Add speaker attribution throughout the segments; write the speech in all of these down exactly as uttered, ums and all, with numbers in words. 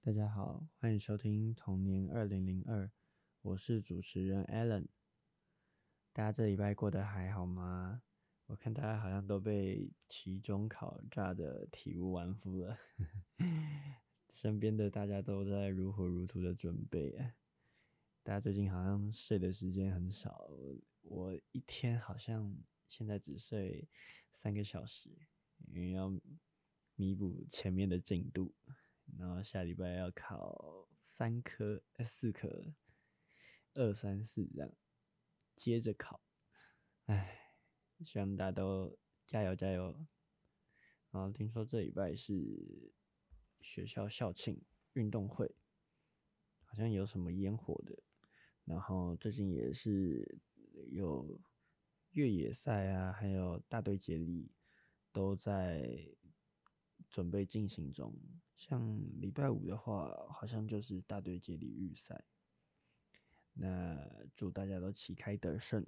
Speaker 1: 大家好，欢迎收听童年二零零二，我是主持人 Alan。大家这礼拜过得还好吗？我看大家好像都被期中考炸得体无完肤了，身边的大家都在如火如荼的准备。大家最近好像睡的时间很少，我一天好像现在只睡三个小时，因为要弥补前面的进度。然后下礼拜要考三科、呃四科，二三四这样接着考。唉，希望大家都加油加油。然后听说这礼拜是学校校庆运动会，好像有什么烟火的。然后最近也是有越野赛啊，还有大队接力都在准备进行中。像礼拜五的话，好像就是大队接力预赛。那祝大家都旗开得胜。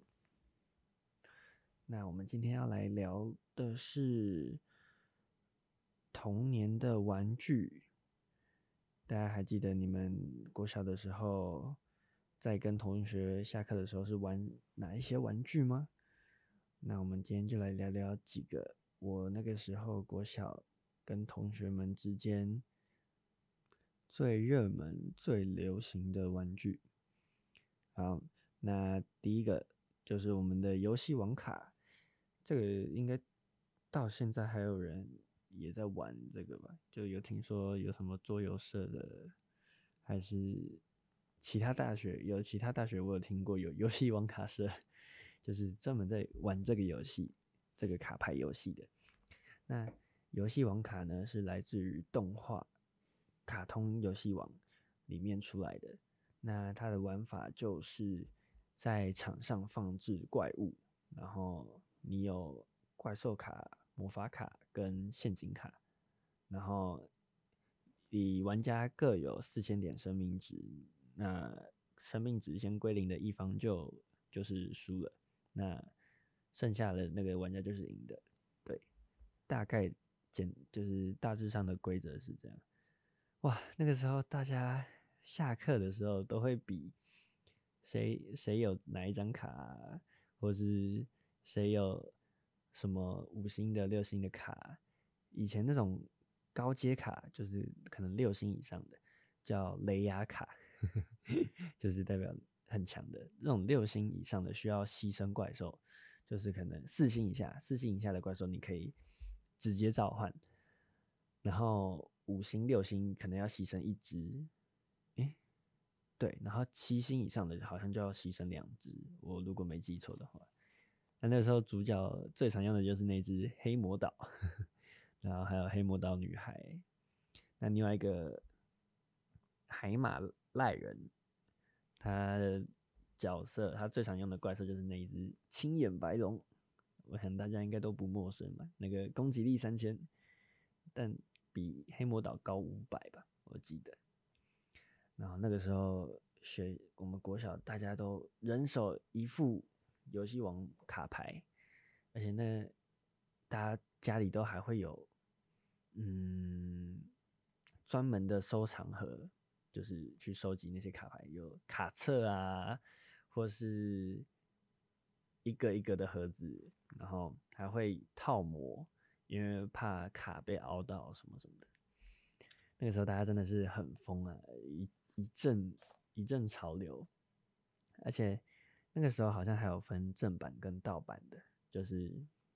Speaker 1: 那我们今天要来聊的是童年的玩具。大家还记得你们国小的时候，在跟同学下课的时候是玩哪一些玩具吗？那我们今天就来聊聊几个我那个时候国小跟同学们之间最热门、最流行的玩具。好，那第一个就是我们的游戏王卡，这个应该到现在还有人也在玩这个吧？就有听说有什么桌游社的，还是其他大学有其他大学我有听过有游戏王卡社，就是专门在玩这个游戏，这个卡牌游戏的。那游戏王卡呢是来自于动画卡通游戏王里面出来的。那它的玩法就是在场上放置怪物，然后你有怪兽卡、魔法卡跟陷阱卡，然后以玩家各有四千点生命值，那生命值先归零的一方就就是输了，那剩下的那个玩家就是赢的。对，大概简就是大致上的规则是这样。哇，那个时候大家下课的时候都会比谁谁有哪一张卡啊，或是谁有什么五星的、六星的卡。以前那种高阶卡就是可能六星以上的，叫雷亚卡，就是代表很强的。那种六星以上的需要牺牲怪兽，就是可能四星以下、四星以下的怪兽你可以直接召唤，然后五星、六星可能要牺牲一只，诶，对，然后七星以上的好像就要牺牲两只，我如果没记错的话。那那时候主角最常用的就是那只黑魔导，然后还有黑魔导女孩。那另外一个海马赖人，他的角色他最常用的怪兽就是那一只青眼白龙，我想大家应该都不陌生吧？那个攻击力三千，但比黑魔导高五百吧，我记得。然后那个时候学我们国小大家都人手一副游戏王卡牌，而且那大家家里都还会有嗯专门的收藏盒，就是去收集那些卡牌，有卡册啊，或是一个一个的盒子，然后还会套膜，因为怕卡被凹到什么什么的。那个时候大家真的是很疯啊，一一阵一阵潮流，而且那个时候好像还有分正版跟盗版的，就是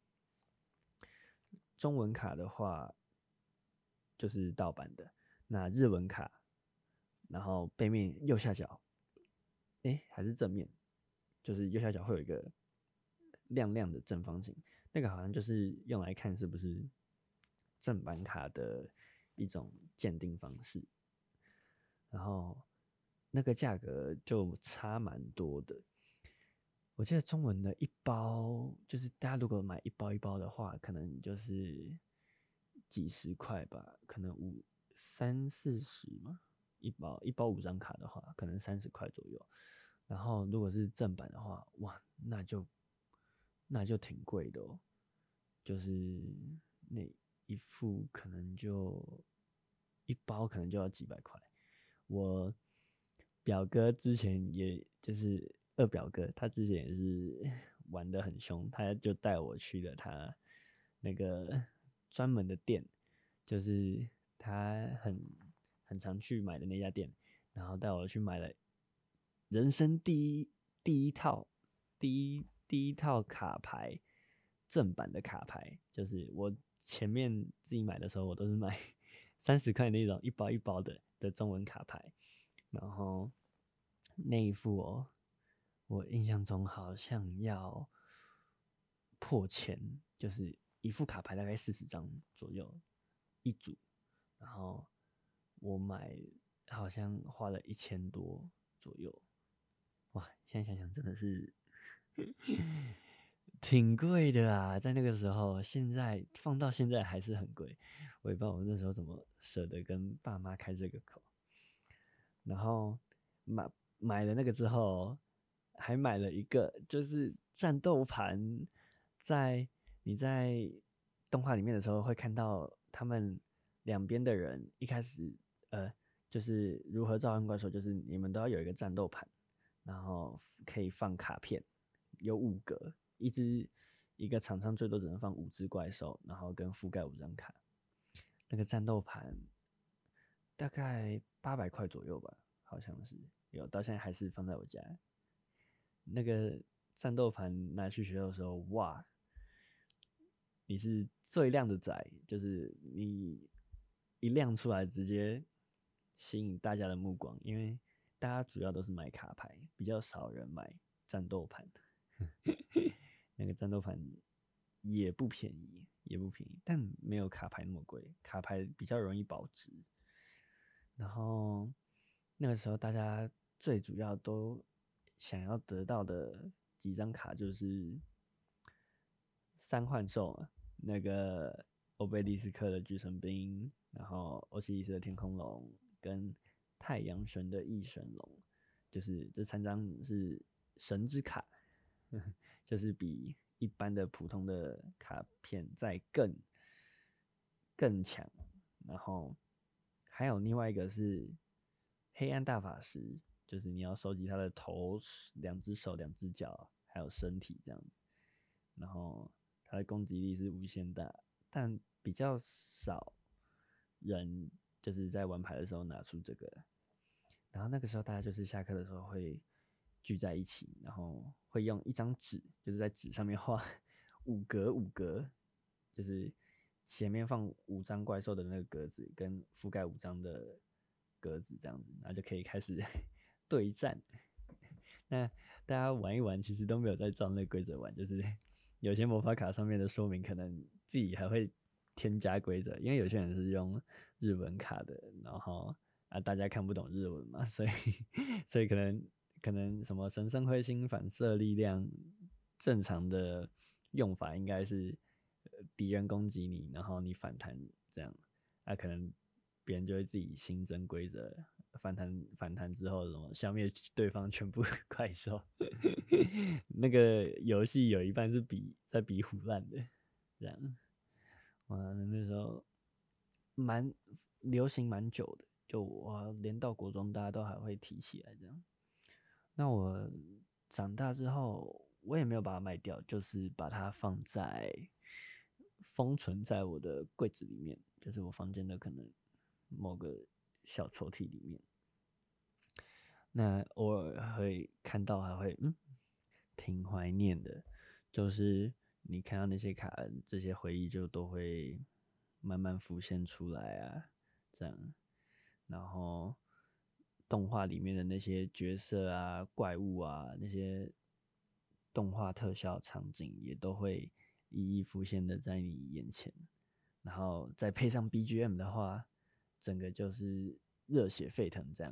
Speaker 1: 中文卡的话就是盗版的，那日文卡，然后背面右下角，哎，还是正面，就是右下角会有一个亮亮的正方形，那个好像就是用来看是不是正版卡的一种鉴定方式。然后那个价格就差蛮多的。我记得中文的一包，就是大家如果买一包一包的话，可能就是几十块吧，可能五三四十嘛，一包一包五张卡的话，可能三十块左右。然后如果是正版的话，哇，那就那就挺贵的哦，就是那一副可能就一包可能就要几百块。我表哥之前也就是二表哥，他之前也是玩得很凶，他就带我去了他那个专门的店，就是他很很常去买的那家店，然后带我去买了人生第一第一套第一第一套卡牌，正版的卡牌，就是我前面自己买的时候，我都是买三十块那种一包一包的的中文卡牌，然后那一副哦，我印象中好像要破千，就是一副卡牌大概四十张左右一组，然后我买好像花了一千多左右，哇！现在想想真的是挺贵的啦，在那个时候，现在放到现在还是很贵，我也不知道我那时候怎么舍得跟爸妈开这个口。然后买买了那个之后，还买了一个就是战斗盘，在你在动画里面的时候会看到他们两边的人一开始呃就是如何召唤怪兽，就是你们都要有一个战斗盘，然后可以放卡片，有五格，一只一个场上最多只能放五只怪兽，然后跟覆盖五张卡。那个战斗盘大概八百块左右吧，好像是有，到现在还是放在我家。那个战斗盘拿去学校的时候，哇，你是最靓的仔，就是你一亮出来，直接吸引大家的目光，因为大家主要都是买卡牌，比较少人买战斗盘。那个战斗盘也不便宜，也不便宜，但没有卡牌那么贵，卡牌比较容易保值。然后那个时候大家最主要都想要得到的几张卡就是三幻兽嘛，那个欧贝利斯克的巨神兵，然后欧西里斯的天空龙跟太阳神的翼神龙，就是这三张是神之卡，就是比一般的普通的卡片再更更强。然后还有另外一个是黑暗大法师，就是你要收集他的头、两只手、两只脚，还有身体这样子。然后他的攻击力是无限大，但比较少人就是在玩牌的时候拿出这个。然后那个时候大家就是下课的时候会聚在一起，然后会用一张纸，就是在纸上面画五格五格，就是前面放五张怪兽的那个格子，跟覆盖五张的格子这样子，然后就可以开始对战。那大家玩一玩，其实都没有在照那个规则玩，就是有些魔法卡上面的说明，可能自己还会添加规则，因为有些人是用日文卡的，然后啊大家看不懂日文嘛，所以所以可能可能什么神圣彗星反射力量，正常的用法应该是敌人攻击你，然后你反弹这样，啊可能别人就会自己新增规则。反弹反弹之后，什么消灭对方全部怪兽，那个游戏有一半是比在比虎烂的，这样，哇，那时候蛮流行蛮久的，就我连到国中大家都还会提起来这样。那我长大之后，我也没有把它卖掉，就是把它放在封存在我的柜子里面，就是我房间的可能某个小抽屉里面。那偶尔会看到，还会嗯，挺怀念的。就是你看到那些卡，这些回忆就都会慢慢浮现出来啊，这样。然后动画里面的那些角色啊、怪物啊，那些动画特效场景也都会一一浮现的在你眼前。然后再配上 B G M 的话，整个就是热血沸腾这样。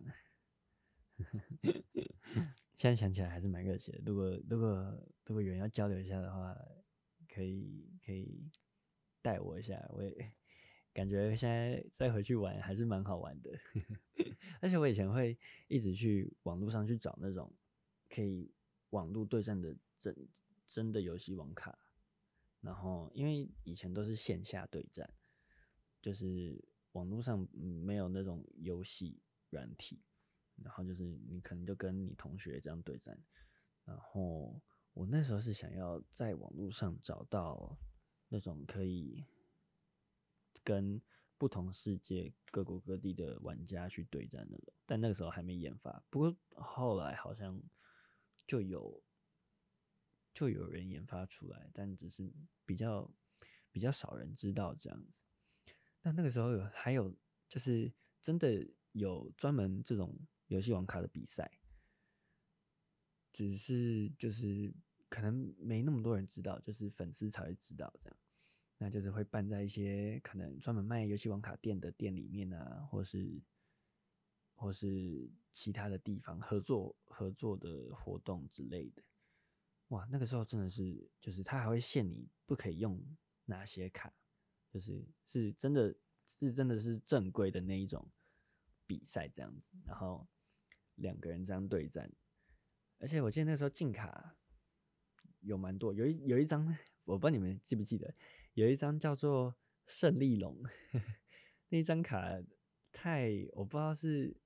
Speaker 1: 现在想起来还是蛮热血的。如果如果如果有人要交流一下的话，可以可以带我一下，我也感觉现在再回去玩还是蛮好玩的。而且我以前会一直去网络上去找那种可以网络对战的真真的游戏网卡，然后因为以前都是线下对战，就是网络上没有那种游戏软体，然后就是你可能就跟你同学这样对战，然后我那时候是想要在网络上找到那种可以跟不同世界各国各地的玩家去对战的，但那个时候还没研发。不过后来好像就有就有人研发出来，但只是比较比较少人知道这样子。那那个时候有还有就是真的有专门这种游戏王卡的比赛，只是就是可能没那么多人知道，就是粉丝才会知道这样。那就是会办在一些可能专门卖游戏王卡店的店里面啊，或是或是其他的地方合作合作的活动之类的。哇，那个时候真的是，就是他还会限你不可以用哪些卡，就是是真的是真的是正规的那一种比赛这样子，然后两个人这样对战。而且我记得那时候进卡有蛮多，有一有一张我不知道你们记不记得，有一张叫做胜利龙，那一张卡太我不知道是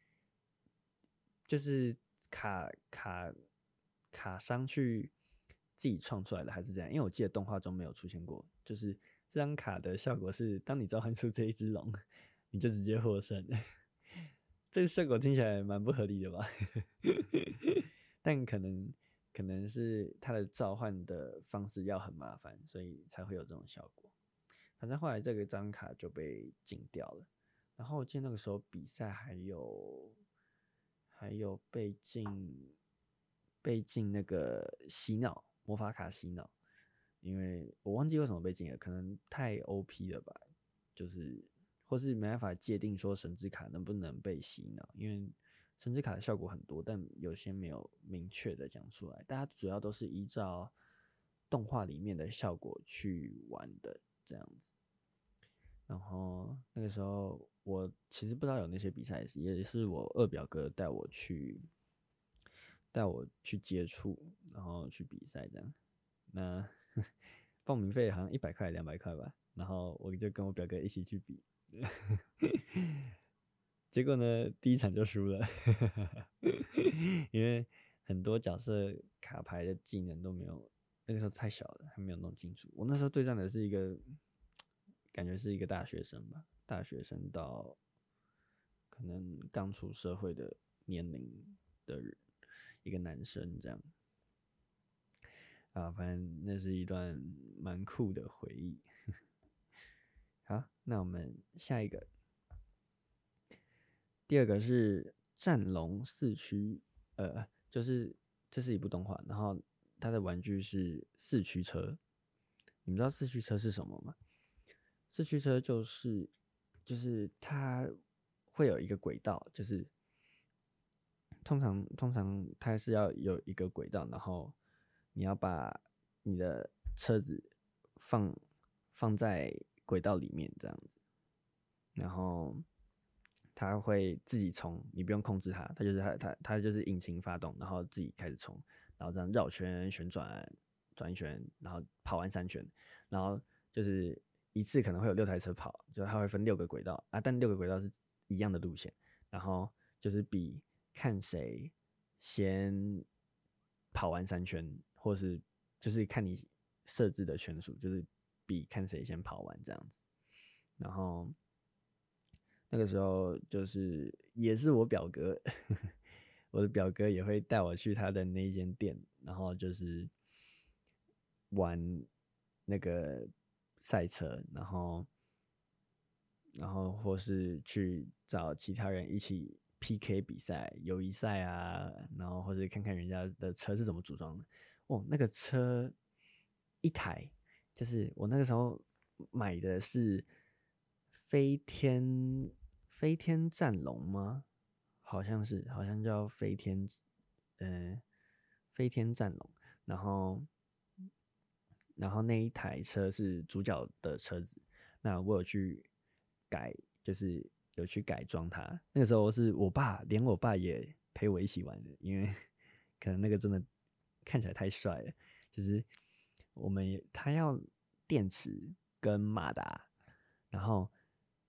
Speaker 1: 就是卡卡卡商去自己创出来的还是这样？因为我记得动画中没有出现过，就是这张卡的效果是，当你召唤出这一只龙，你就直接获胜。这个效果听起来蛮不合理的吧？但可能可能是它的召唤的方式要很麻烦，所以才会有这种效果。反正后来这个张卡就被禁掉了。然后我记得那个时候比赛还有还有被禁被禁那个洗脑魔法卡洗脑，因为我忘记为什么被禁了，可能太 O P 了吧，就是或是没办法界定说神之卡能不能被洗脑，因为神之卡的效果很多，但有些没有明确的讲出来，大家主要都是依照动画里面的效果去玩的这样子。然后那个时候我其实不知道有那些比赛，也是我二表哥带我去带我去接触，然后去比赛这样。那报名费好像一百块两百块吧，然后我就跟我表哥一起去比，结果呢第一场就输了，因为很多角色卡牌的技能都没有，那个时候太小了，还没有弄清楚。我那时候对战的是一个感觉是一个大学生吧，大学生到可能刚出社会的年龄的人，一个男生这样。啊，反正那是一段蛮酷的回忆。好，那我们下一个，第二个是战龙四驱，呃，就是这是一部动画，然后它的玩具是四驱车。你们知道四驱车是什么吗？四驱车就是就是它会有一个轨道，就是通常通常它是要有一个轨道，然后你要把你的车子放放在轨道里面这样子，然后它会自己冲，你不用控制它，它就是它它它就是引擎发动，然后自己开始冲，然后这样绕圈旋转转一圈，然后跑完三圈，然后就是一次可能会有六台车跑，就它会分六个轨道啊，但六个轨道是一样的路线，然后就是比看谁先跑完三圈，或是就是看你设置的圈数，就是比看谁先跑完这样子。然后那个时候就是也是我表哥，我的表哥也会带我去他的那间店，然后就是玩那个赛车，然后然后或是去找其他人一起 P K 比赛、友谊赛啊，然后或者看看人家的车是怎么组装的。哦，那个车一台，就是我那个时候买的是飞天飞天战龙吗？好像是，好像叫飞天，嗯、呃，飞天战龙。然后，然后那一台车是主角的车子，那我有去改，就是有去改装它。那个时候是我爸，连我爸也陪我一起玩的，因为可能那个真的看起来太帅了。就是我们也他要电池跟马达，然后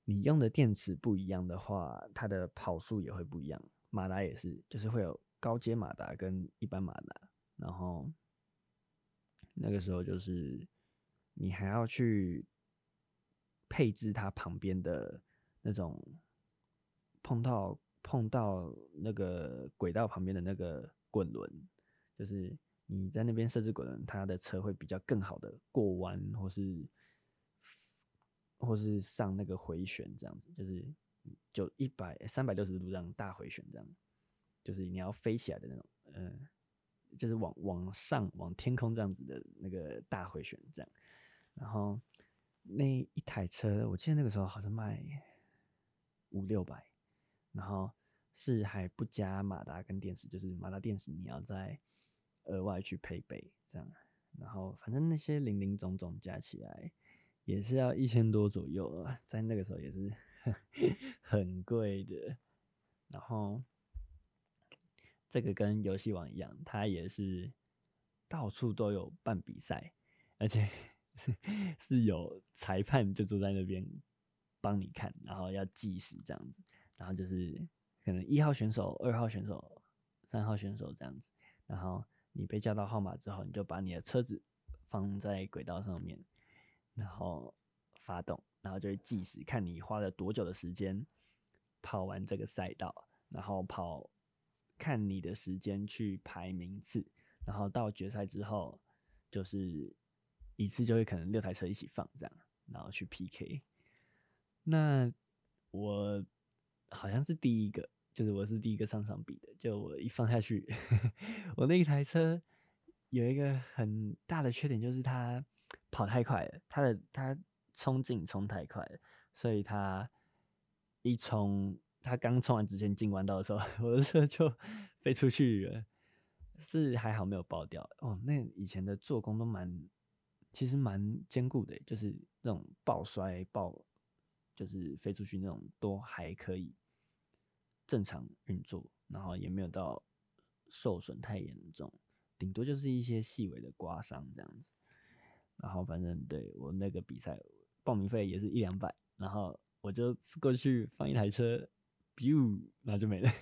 Speaker 1: 你用的电池不一样的话，它的跑速也会不一样。马达也是，就是会有高阶马达跟一般马达，然后那个时候就是你还要去配置它旁边的那种碰到碰到那个轨道旁边的那个滚轮，就是你在那边设置滚轮，它的车会比较更好的过弯，或是或是上那个回旋这样子，就是就一百三百六十度这样大回旋这样，就是你要飞起来的那种，嗯、呃，就是往往上往天空这样子的那个大回旋这样。然后那一台车，我记得那个时候好像卖五六百，然后是还不加马达跟电池，就是马达电池你要再额外去配备这样。然后反正那些零零总总加起来也是要一千多左右了，在那个时候也是很贵的。然后这个跟游戏王一样，它也是到处都有办比赛，而且是是有裁判就坐在那边帮你看，然后要计时这样子，然后就是可能一号选手、二号选手、三号选手这样子，然后你被叫到号码之后，你就把你的车子放在轨道上面，然后发动，然后就会计时，看你花了多久的时间跑完这个赛道，然后跑看你的时间去排名次，然后到决赛之后，就是一次就会可能六台车一起放这样，然后去 P K。那我好像是第一个，就是我是第一个上场比的，就我一放下去，我那一台车有一个很大的缺点，就是它跑太快了，它的它冲劲冲太快了，所以它一冲，它刚冲完直线进弯道的时候，我的车就飞出去了，是还好没有爆掉哦。那以前的做工都蛮，其实蛮坚固的，就是那种爆摔爆，就是飞出去那种都还可以正常运作，然后也没有到受损太严重，顶多就是一些细微的刮伤这样子。然后反正对我那个比赛报名费也是一两百，然后我就过去放一台车，biu，然后就没了。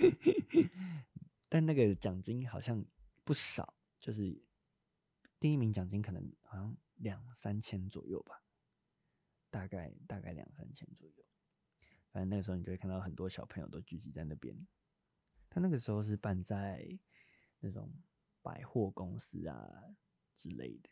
Speaker 1: 但那个奖金好像不少，就是第一名奖金可能好像两三千左右吧，大概大概两三千左右。反正那个时候你就会看到很多小朋友都聚集在那边。他那个时候是办在那种百货公司啊之类的。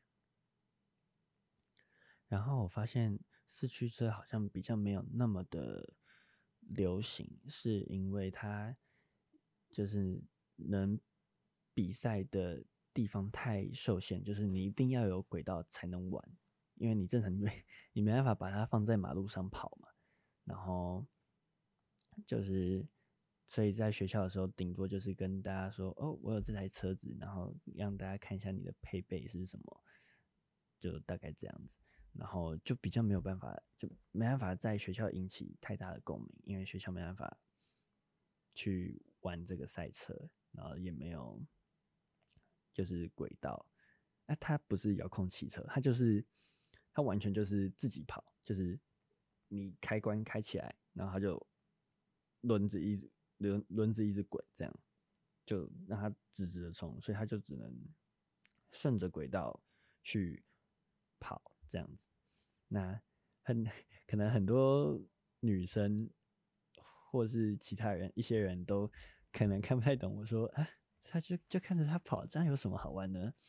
Speaker 1: 然后我发现四驱车好像比较没有那么的流行，是因为它就是能比赛的地方太受限，就是你一定要有轨道才能玩，因为你正常你没你没办法把它放在马路上跑嘛。然后就是所以在学校的时候，顶多就是跟大家说，哦，我有这台车子，然后让大家看一下你的配备是什么，就大概这样子。然后就比较没有办法，就没办法在学校引起太大的共鸣，因为学校没办法去玩这个赛车，然后也没有就是轨道。那、啊、它不是遥控汽车，它就是它完全就是自己跑，就是你开关开起来，然后它就轮子一直轮轮子一直滚，这样就让它直直的冲，所以它就只能顺着轨道去跑这样子。那很可能很多女生或是其他人一些人都可能看不太懂我说啊，他就就看着他跑，这样有什么好玩呢？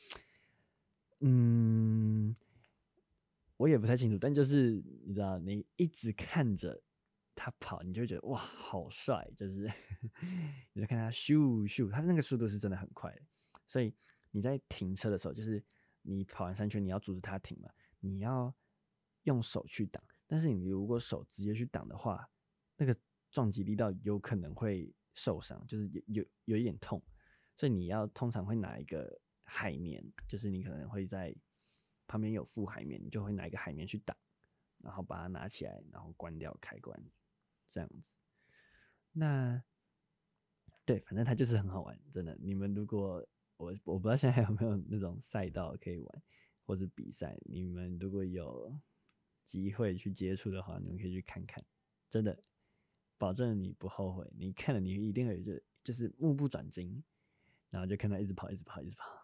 Speaker 1: 嗯，我也不太清楚，但就是你知道，你一直看着他跑，你就会觉得哇，好帅！就是你就看他咻咻，他那个速度是真的很快的，所以你在停车的时候，就是你跑完三圈，你要阻止他停嘛，你要用手去挡，但是你如果手直接去挡的话，那个撞击力道有可能会受伤，就是有有有一点痛，所以你要通常会拿一个海绵，就是你可能会在旁边有附海绵，你就会拿一个海绵去挡，然后把它拿起来，然后关掉开关，这样子。那对，反正它就是很好玩，真的。你们如果我我不知道现在还有没有那种赛道可以玩，或者比赛，你们如果有机会去接触的话，你们可以去看看，真的，保证你不后悔。你看了，你一定会就就是目不转睛，然后就看他一直跑，一直跑，一直跑。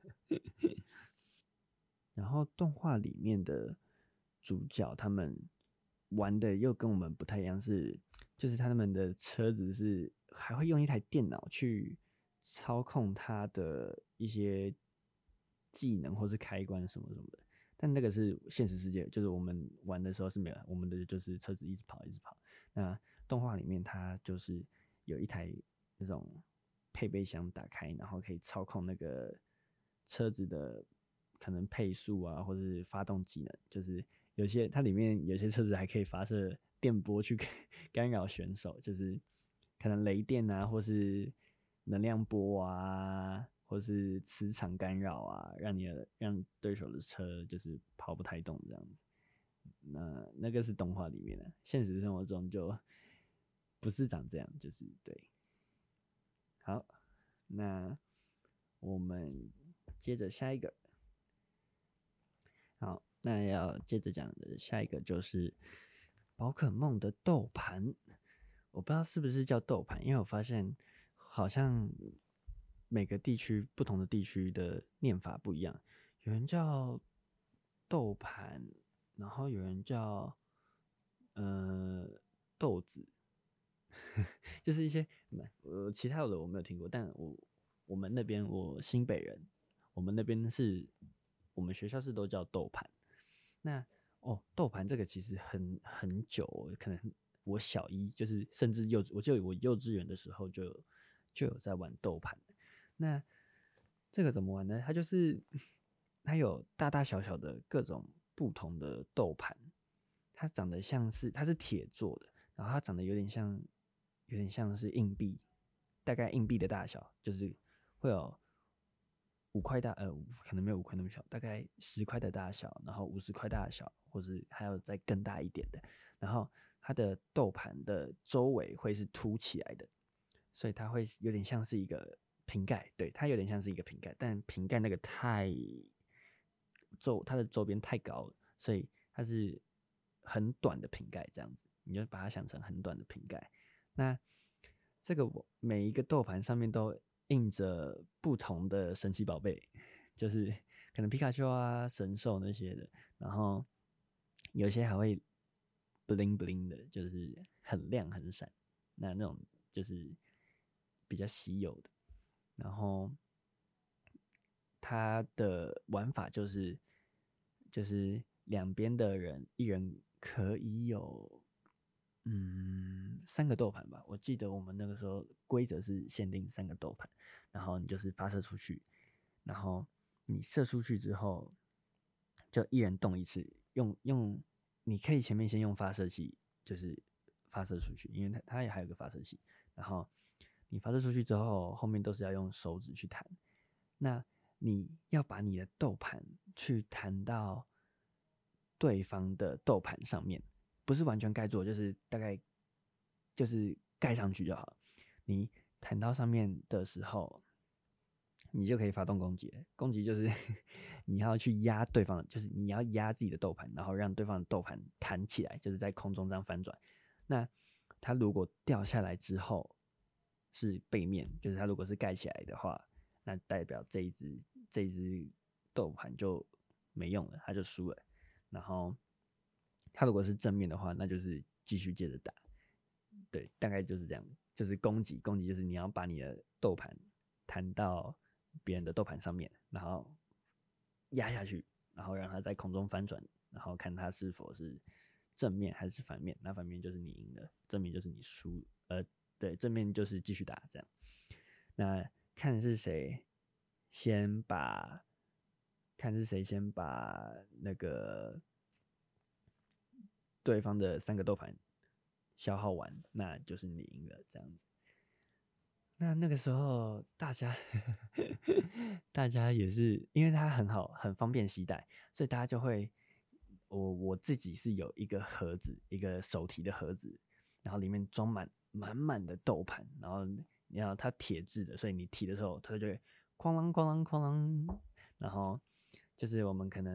Speaker 1: 然后动画里面的主角他们玩的又跟我们不太一样，是就是他们的车子是还会用一台电脑去操控它的一些技能或是开关什么什么的。但那个是现实世界，就是我们玩的时候是没有，我们的就是车子一直跑一直跑。那动画里面它就是有一台那种配备箱打开，然后可以操控那个车子的可能配速啊，或者是发动机能，就是有些它里面有些车子还可以发射电波去干扰选手，就是可能雷电啊，或是能量波啊，或是磁场干扰啊，让你的让对手的车就是跑不太动这样子。那那个是动画里面的，现实生活中就不是长这样，就是对。好，那我们接着下一个。好，那要接着讲的下一个就是宝可梦的斗盘。我不知道是不是叫斗盘，因为我发现好像每个地区不同的地区的念法不一样，有人叫斗盘，然后有人叫呃豆子，就是一些呃其他的我没有听过，但我我们那边我新北人，我们那边是我们学校是都叫豆盘。那哦，豆盘这个其实很很久、哦，可能我小一就是甚至幼稚，我记得我幼稚园的时候就有就有在玩豆盘。那这个怎么玩呢？它就是它有大大小小的各种不同的豆盘，它长得像是它是铁做的，然后它长得有点像有点像是硬币，大概硬币的大小，就是会有五块大，呃，可能没有五块那么小，大概十块的大小，然后五十块大小，或是还有再更大一点的。然后它的豆盘的周围会是凸起来的，所以它会有点像是一个瓶盖，对，它有点像是一个瓶盖，但瓶盖那个太周它的周边太高了，所以它是很短的瓶盖这样子，你就把它想成很短的瓶盖。那这个我每一个豆盘上面都印着不同的神奇宝贝，就是可能皮卡丘啊、神兽那些的，然后有些还会 bling bling 的，就是很亮很闪，那那种就是比较稀有的。然后它的玩法就是就是两边的人一人可以有嗯三个豆盘吧，我记得我们那个时候规则是限定三个豆盘，然后你就是发射出去，然后你射出去之后就一人动一次，用用你可以前面先用发射器就是发射出去，因为它它也还有个发射器，然后你发射出去之后，后面都是要用手指去弹。那你要把你的豆盘去弹到对方的豆盘上面，不是完全盖住，就是大概就是盖上去就好。你弹到上面的时候，你就可以发动攻击了。攻击就是你要去压对方，就是你要压自己的豆盘，然后让对方的豆盘弹起来，就是在空中这样翻转。那它如果掉下来之后是背面，就是它如果是盖起来的话，那代表这一只这一只豆盘就没用了，它就输了。然后它如果是正面的话，那就是继续接着打。对，大概就是这样，就是攻击，攻击就是你要把你的豆盘弹到别人的豆盘上面，然后压下去，然后让它在空中翻转，然后看它是否是正面还是反面。那反面就是你赢了，正面就是你输。呃，对，正面就是继续打这样。那看是谁先把，看是谁先把那个对方的三个豆盘消耗完，那就是你赢了这样子。那那个时候大家大家也是因为它很好很方便携带，所以大家就会我我自己是有一个盒子，一个手提的盒子，然后里面装满满满的豆盘，然后你要它铁质的，所以你提的时候它就会哐啷哐啷哐啷，然后就是我们可能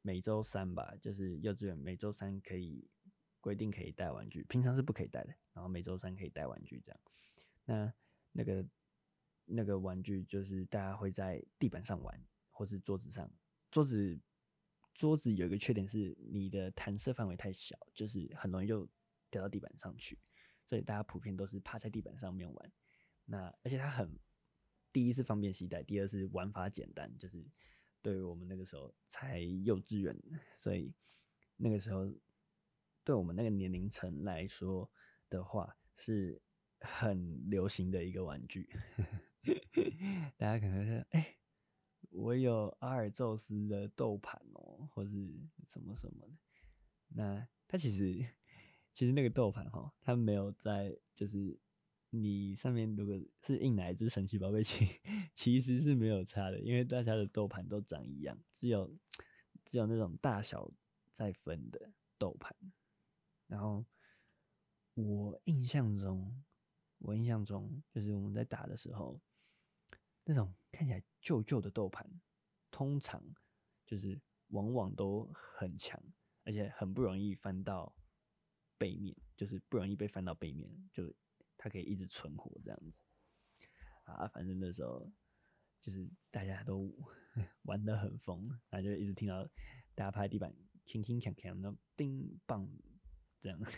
Speaker 1: 每周三吧，就是幼稚园每周三可以规定可以带玩具，平常是不可以带的，然后每周三可以带玩具这样。那那个那个玩具就是大家会在地板上玩，或是桌子上。桌子桌子有一个缺点是你的弹射范围太小，就是很容易就掉到地板上去，所以大家普遍都是趴在地板上面玩。那而且它很，第一是方便携带，第二是玩法简单，就是对于我们那个时候才幼稚园，所以那个时候对我们那个年龄层来说的话，是很流行的一个玩具。大家可能说，哎、欸，我有阿尔宙斯的豆盘哦，或是什么什么的。那它其实其实那个豆盘哈，它没有在就是你上面如果是印哪一只神奇宝贝，其其实是没有差的，因为大家的豆盘都长一样，只有只有那种大小在分的豆盘。然后我印象中，我印象中就是我们在打的时候，那种看起来旧旧的豆盘，通常就是往往都很强，而且很不容易翻到背面，就是不容易被翻到背面，就它可以一直存活这样子。啊，反正那时候就是大家都玩得很疯，然后就一直听到大家趴在地板铿铿锵锵，然后叮棒这样。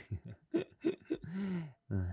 Speaker 1: 嗯，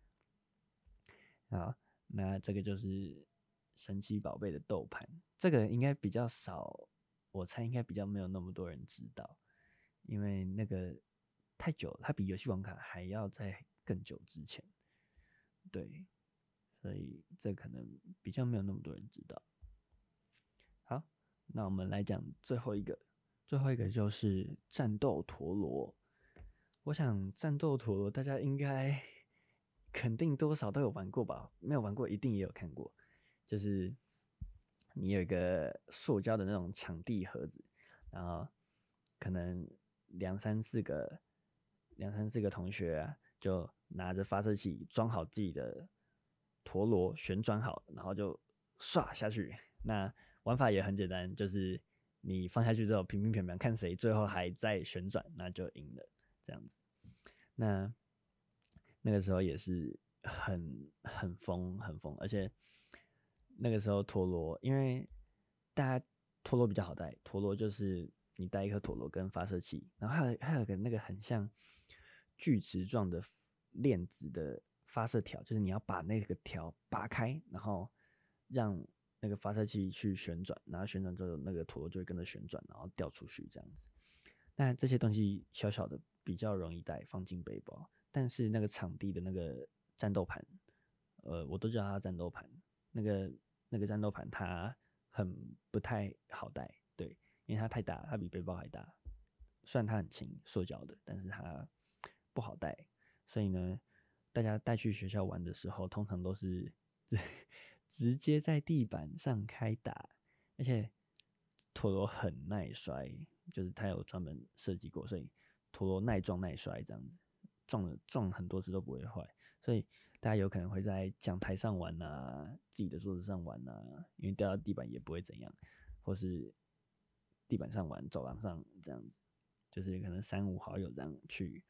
Speaker 1: 好，那这个就是神奇宝贝的豆盘，这个应该比较少，我猜应该比较没有那么多人知道，因为那个太久了，它比游戏王卡还要在更久之前，对，所以这可能比较没有那么多人知道。好，那我们来讲最后一个，最后一个就是战斗陀螺。我想战斗陀螺大家应该肯定多少都有玩过吧？没有玩过一定也有看过。就是你有一个塑胶的那种场地盒子，然后可能两三四个两三四个同学啊，就拿着发射器装好自己的陀螺，旋转好，然后就刷下去。那玩法也很简单，就是你放下去之后，平平平平，看谁最后还在旋转，那就赢了。这样子，那那个时候也是很很疯很疯，而且那个时候陀螺，因为大家陀螺比较好带，陀螺就是你带一颗陀螺跟发射器，然后还有还有个那个很像锯齿状的链子的发射条，就是你要把那个条拔开，然后让那个发射器去旋转，然后旋转之后那个陀螺就会跟着旋转，然后掉出去这样子。那这些东西小小的比较容易带，放进背包，但是那个场地的那个战斗盘，呃，我都叫它战斗盘。那个那个战斗盘它很不太好带，对，因为它太大，它比背包还大。虽然它很轻，塑胶的，但是它不好带，所以呢，大家带去学校玩的时候，通常都是直直接在地板上开打，而且陀螺很耐摔，就是它有专门设计过，所以陀螺耐撞耐摔这样子，撞了撞很多次都不会坏，所以大家有可能会在讲台上玩啊，自己的桌子上玩啊，因为掉到地板也不会怎样，或是地板上玩，走廊上这样子，就是可能三五好友这样去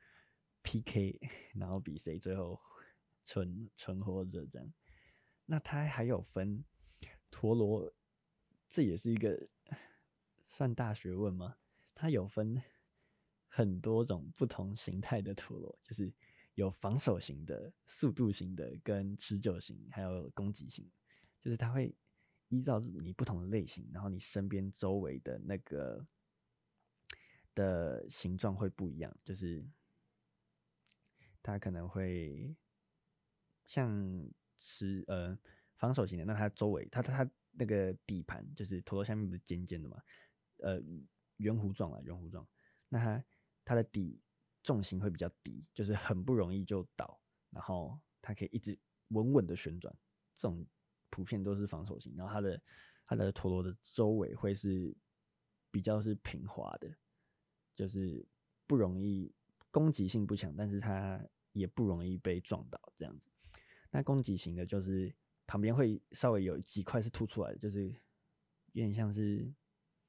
Speaker 1: P K， 然后比谁最后存存活着这样。那它还有分陀螺，这也是一个算大学问吗？它有分很多种不同形态的陀螺，就是有防守型的、速度型的、跟持久型，还有攻击型。就是它会依照你不同的类型，然后你身边周围的那个的形状会不一样，就是它可能会像持呃防守型的，那它周围它它它那个底盘就是陀螺下面不是尖尖的嘛，呃圆弧状啦，圆弧状，那它它的底重心会比较低，就是很不容易就倒，然后它可以一直稳稳的旋转，这种普遍都是防守型，然后它的它的陀螺的周围会是比较是平滑的，就是不容易攻击性不强，但是它也不容易被撞倒这样子。那攻击型的就是旁边会稍微有几块是凸出来的，就是有点像是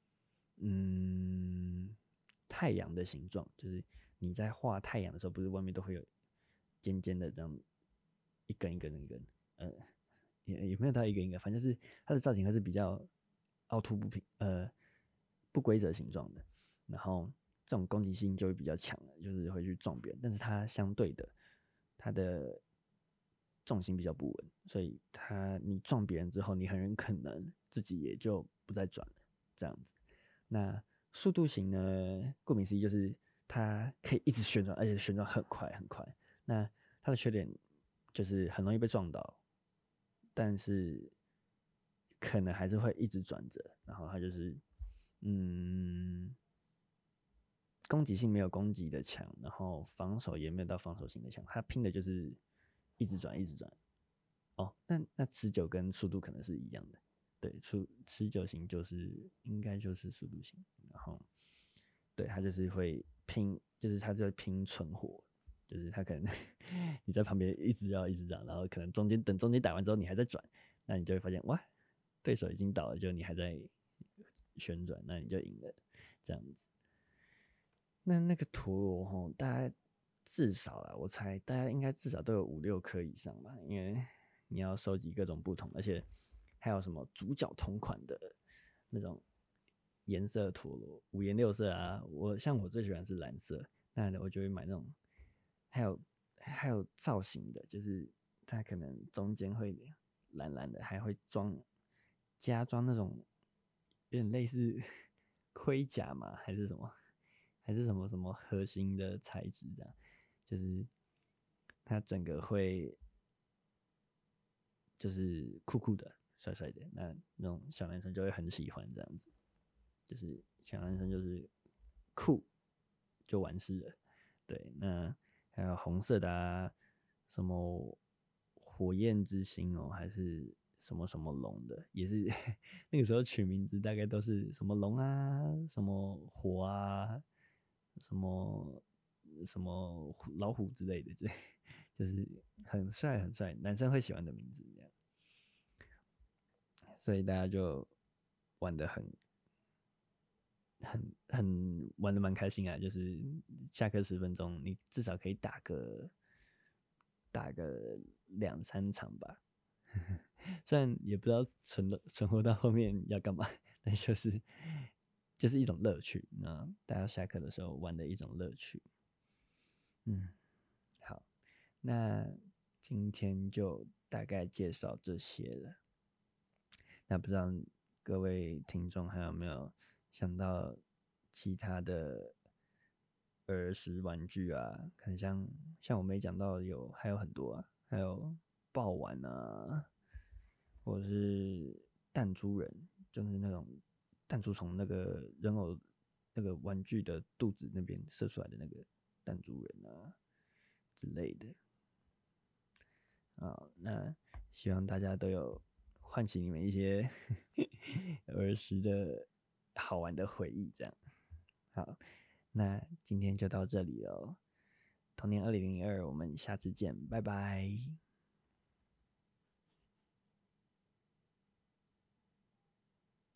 Speaker 1: 嗯太阳的形状，就是你在画太阳的时候，不是外面都会有尖尖的这样一根一根一根，呃，也也没有到一根一根，反正就是它的造型还是比较凹凸不平，呃，不规则形状的。然后这种攻击性就会比较强，就是会去撞别人，但是它相对的，它的重心比较不稳，所以它你撞别人之后，你很可能自己也就不再转了，这样子。那速度型呢，顾名思义就是它可以一直旋转，而且旋转很快很快。那它的缺点就是很容易被撞到，但是可能还是会一直转着，然后它就是嗯，攻击性没有攻击的强，然后防守也没有到防守性的强，它拼的就是一直转一直转。哦，那那持久跟速度可能是一样的，对，持持久型就是应该就是速度型，然后对它就是会拼，就是它在拼存活，就是它可能你在旁边一直要一直让，然后可能中间等中间打完之后你还在转，那你就会发现哇，对手已经倒了，就你还在旋转，那你就赢了，这样子。那那个陀螺吼，大概至少啦，我猜大家应该至少都有五六颗以上吧，因为你要收集各种不同，而且还有什么主角同款的那种颜色陀螺，五颜六色啊。我像我最喜欢是蓝色，那我就会买那种，还有还有造型的，就是它可能中间会蓝蓝的，还会装加装那种有点类似盔甲嘛，还是什么？还是什么什么核心的材质这样，就是它整个会就是酷酷的、帅帅的，那那种小男生就会很喜欢这样子，就是小男生就是酷就完事了。对，那还有红色的啊，什么火焰之心哦，还是什么什么龙的，也是那个时候取名字大概都是什么龙啊，什么火啊，什么什么老虎之类的，这就是很帅很帅，男生会喜欢的名字这样，所以大家就玩的很很很玩的蛮开心啊，就是下课十分钟，你至少可以打个打个两三场吧。虽然也不知道存了存活到后面要干嘛，但就是就是一种乐趣。那大家下课的时候玩的一种乐趣。嗯，好，那今天就大概介绍这些了。那不知道各位听众还有没有想到其他的儿时玩具啊？可能像像我没讲到有还有很多啊，还有爆丸啊，或者是弹珠人，就是那种弹珠从那个人偶那个玩具的肚子那边射出来的那个弹珠人啊之类的。啊，那希望大家都有唤起你们一些儿时的好玩的回忆，这样。好，那今天就到这里了。童年二零零二，我们下次见，拜拜。